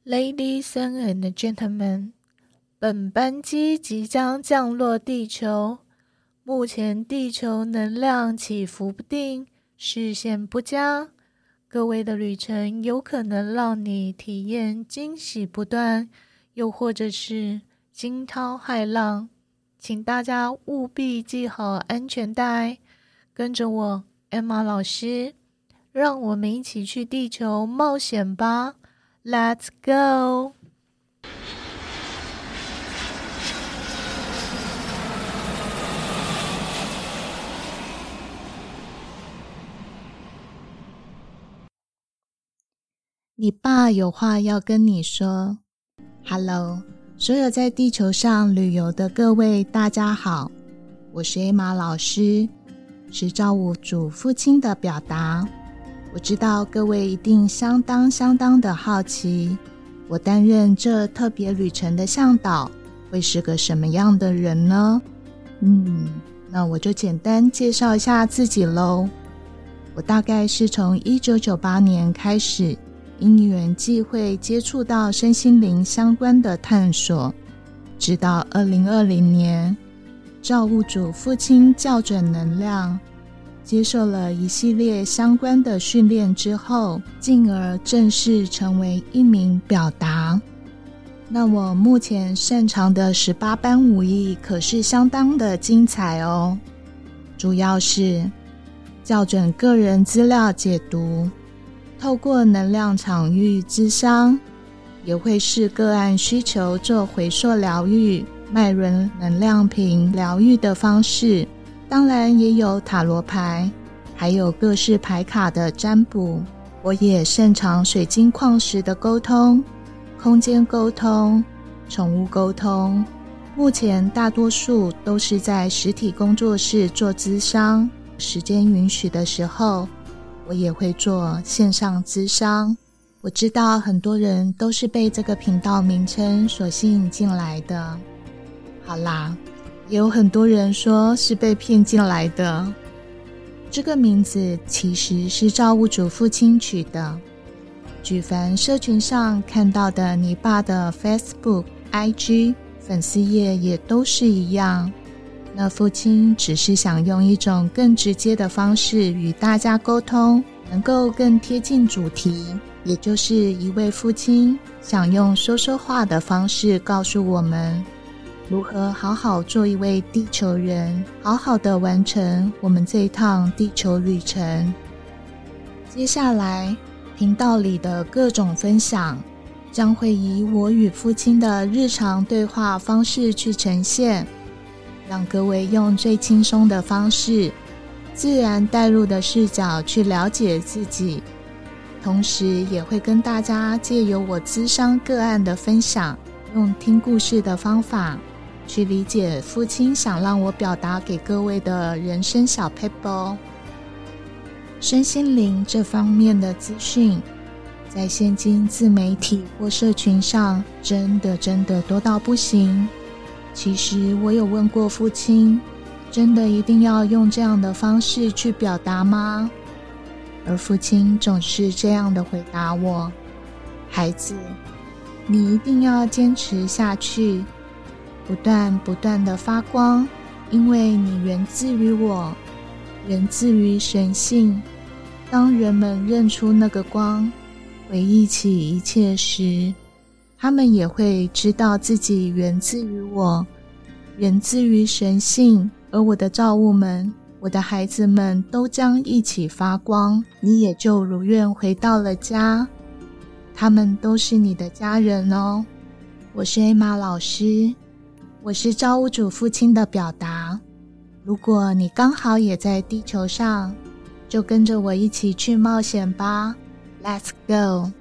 Ladies and gentlemen， 本班机即将降落地球。目前地球能量起伏不定，视线不佳，各位的旅程有可能让你体验惊喜不断，又或者是惊涛骇浪，请大家务必系好安全带，跟着我 Emma 老师，让我们一起去地球冒险吧。Let's go！ 你爸有话要跟你说。 Hello， 所有在地球上旅游的各位大家好，我是 Emma 老师，是造物主父亲的表达。我知道各位一定相当的好奇，我担任这特别旅程的向导会是个什么样的人呢？那我就简单介绍一下自己咯。我大概是从1998年开始因缘际会接触到身心灵相关的探索，直到2020年造物主父亲校准能量，接受了一系列相关的训练之后，进而正式成为一名表达。那我目前擅长的18般武艺可是相当的精彩哦，主要是校准个人资料解读，透过能量场域咨商，也会视个案需求做回溯疗愈、脉轮能量瓶疗愈的方式，当然也有塔罗牌，还有各式牌卡的占卜。我也擅长水晶矿石的沟通、空间沟通、宠物沟通。目前大多数都是在实体工作室做咨商，时间允许的时候我也会做线上咨商。我知道很多人都是被这个频道名称所吸引进来的。好啦，也有很多人说是被骗进来的。这个名字其实是造物主父亲取的。举凡社群上看到的你爸的 Facebook、IG 粉丝页也都是一样。那父亲只是想用一种更直接的方式与大家沟通，能够更贴近主题，也就是一位父亲想用说话的方式告诉我们如何好好做一位地球人，好好的完成我们这一趟地球旅程。接下来频道里的各种分享将会以我与父亲的日常对话方式去呈现，让各位用最轻松的方式，自然带入的视角去了解自己，同时也会跟大家借由我咨商个案的分享，用听故事的方法去理解父亲想让我表达给各位的人生小撇步。身心灵这方面的资讯，在现今自媒体或社群上真的多到不行。其实我有问过父亲，真的一定要用这样的方式去表达吗？而父亲总是这样的回答我：孩子，你一定要坚持下去，不断的发光，因为你源自于我，源自于神性。当人们认出那个光，回忆起一切时，他们也会知道自己源自于我，源自于神性，而我的造物们，我的孩子们都将一起发光，你也就如愿回到了家，他们都是你的家人哦。我是 Emma 老师，我是造物主父亲的表达。如果你刚好也在地球上，就跟着我一起去冒险吧。Let's go！